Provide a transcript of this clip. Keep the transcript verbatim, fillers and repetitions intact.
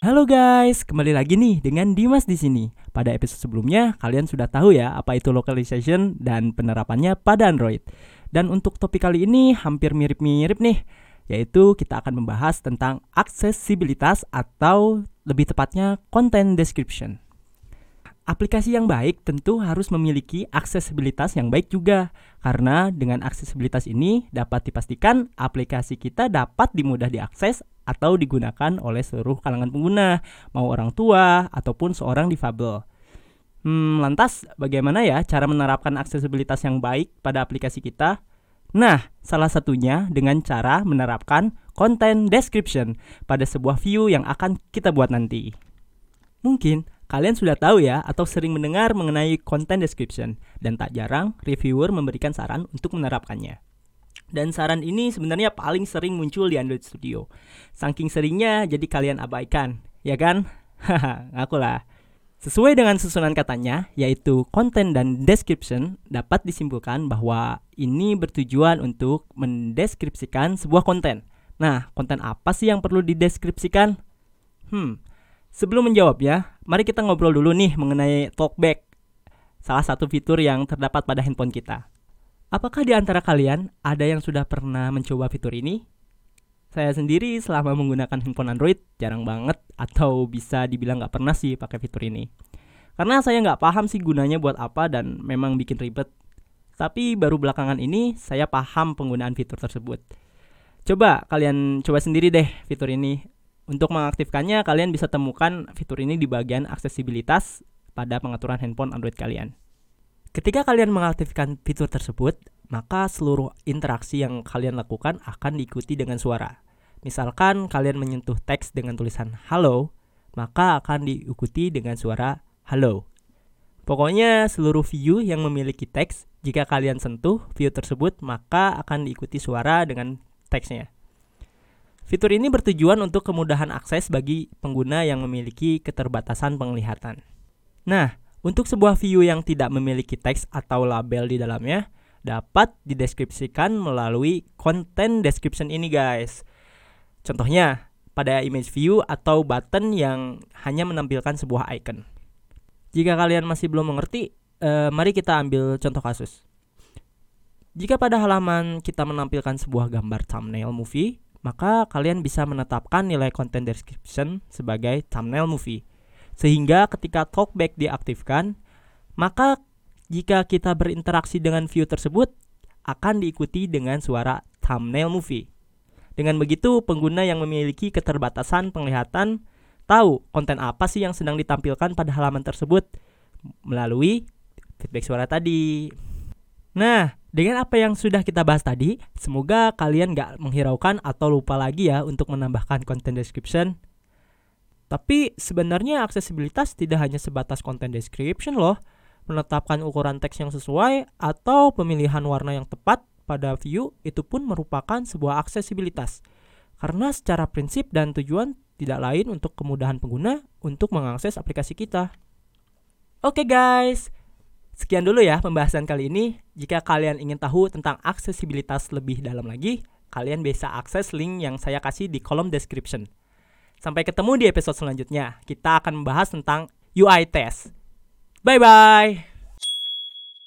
Halo guys, kembali lagi nih dengan Dimas di sini. Pada episode sebelumnya, kalian sudah tahu ya apa itu localization dan penerapannya pada Android. Dan untuk topik kali ini hampir mirip-mirip nih, yaitu kita akan membahas tentang aksesibilitas atau lebih tepatnya content description. Aplikasi yang baik tentu harus memiliki aksesibilitas yang baik juga, karena dengan aksesibilitas ini dapat dipastikan aplikasi kita dapat dimudah diakses atau digunakan oleh seluruh kalangan pengguna, mau orang tua ataupun seorang difabel. Hmm, lantas bagaimana ya cara menerapkan aksesibilitas yang baik pada aplikasi kita? Nah, salah satunya dengan cara menerapkan content description pada sebuah view yang akan kita buat nanti. Mungkin kalian sudah tahu ya atau sering mendengar mengenai content description, dan tak jarang reviewer memberikan saran untuk menerapkannya. Dan saran ini sebenarnya paling sering muncul di Android Studio. Saking seringnya jadi kalian abaikan, ya kan? Haha, ngakulah. Sesuai dengan susunan katanya, yaitu content dan description, dapat disimpulkan bahwa ini bertujuan untuk mendeskripsikan sebuah konten. Nah, konten apa sih yang perlu dideskripsikan? Hmm, sebelum menjawabnya, mari kita ngobrol dulu nih mengenai Talkback, salah satu fitur yang terdapat pada handphone kita. Apakah di antara kalian ada yang sudah pernah mencoba fitur ini? Saya sendiri selama menggunakan handphone Android jarang banget atau bisa dibilang gak pernah sih pakai fitur ini. Karena saya gak paham sih gunanya buat apa dan memang bikin ribet. Tapi baru belakangan ini saya paham penggunaan fitur tersebut. Coba kalian coba sendiri deh fitur ini. Untuk mengaktifkannya kalian bisa temukan fitur ini di bagian aksesibilitas pada pengaturan handphone Android kalian. Ketika kalian mengaktifkan fitur tersebut, maka seluruh interaksi yang kalian lakukan akan diikuti dengan suara. Misalkan kalian menyentuh teks dengan tulisan halo, maka akan diikuti dengan suara halo. Pokoknya seluruh view yang memiliki teks, jika kalian sentuh view tersebut, maka akan diikuti suara dengan teksnya. Fitur ini bertujuan untuk kemudahan akses bagi pengguna yang memiliki keterbatasan penglihatan. Nah, untuk sebuah view yang tidak memiliki teks atau label di dalamnya, dapat dideskripsikan melalui content description ini guys. Contohnya, pada image view atau button yang hanya menampilkan sebuah icon. Jika kalian masih belum mengerti, eh, mari kita ambil contoh kasus. Jika pada halaman kita menampilkan sebuah gambar thumbnail movie, maka kalian bisa menetapkan nilai content description sebagai thumbnail movie. Sehingga ketika Talkback diaktifkan, maka jika kita berinteraksi dengan view tersebut, akan diikuti dengan suara thumbnail movie. Dengan begitu, pengguna yang memiliki keterbatasan penglihatan tahu konten apa sih yang sedang ditampilkan pada halaman tersebut melalui feedback suara tadi. Nah, dengan apa yang sudah kita bahas tadi, semoga kalian gak menghiraukan atau lupa lagi ya untuk menambahkan content description. Tapi sebenarnya aksesibilitas tidak hanya sebatas content description loh. Menetapkan ukuran teks yang sesuai atau pemilihan warna yang tepat pada view itu pun merupakan sebuah aksesibilitas. Karena secara prinsip dan tujuan tidak lain untuk kemudahan pengguna untuk mengakses aplikasi kita. Oke guys, sekian dulu ya pembahasan kali ini. Jika kalian ingin tahu tentang aksesibilitas lebih dalam lagi, kalian bisa akses link yang saya kasih di kolom description. Sampai ketemu di episode selanjutnya. Kita akan membahas tentang U I test. Bye-bye.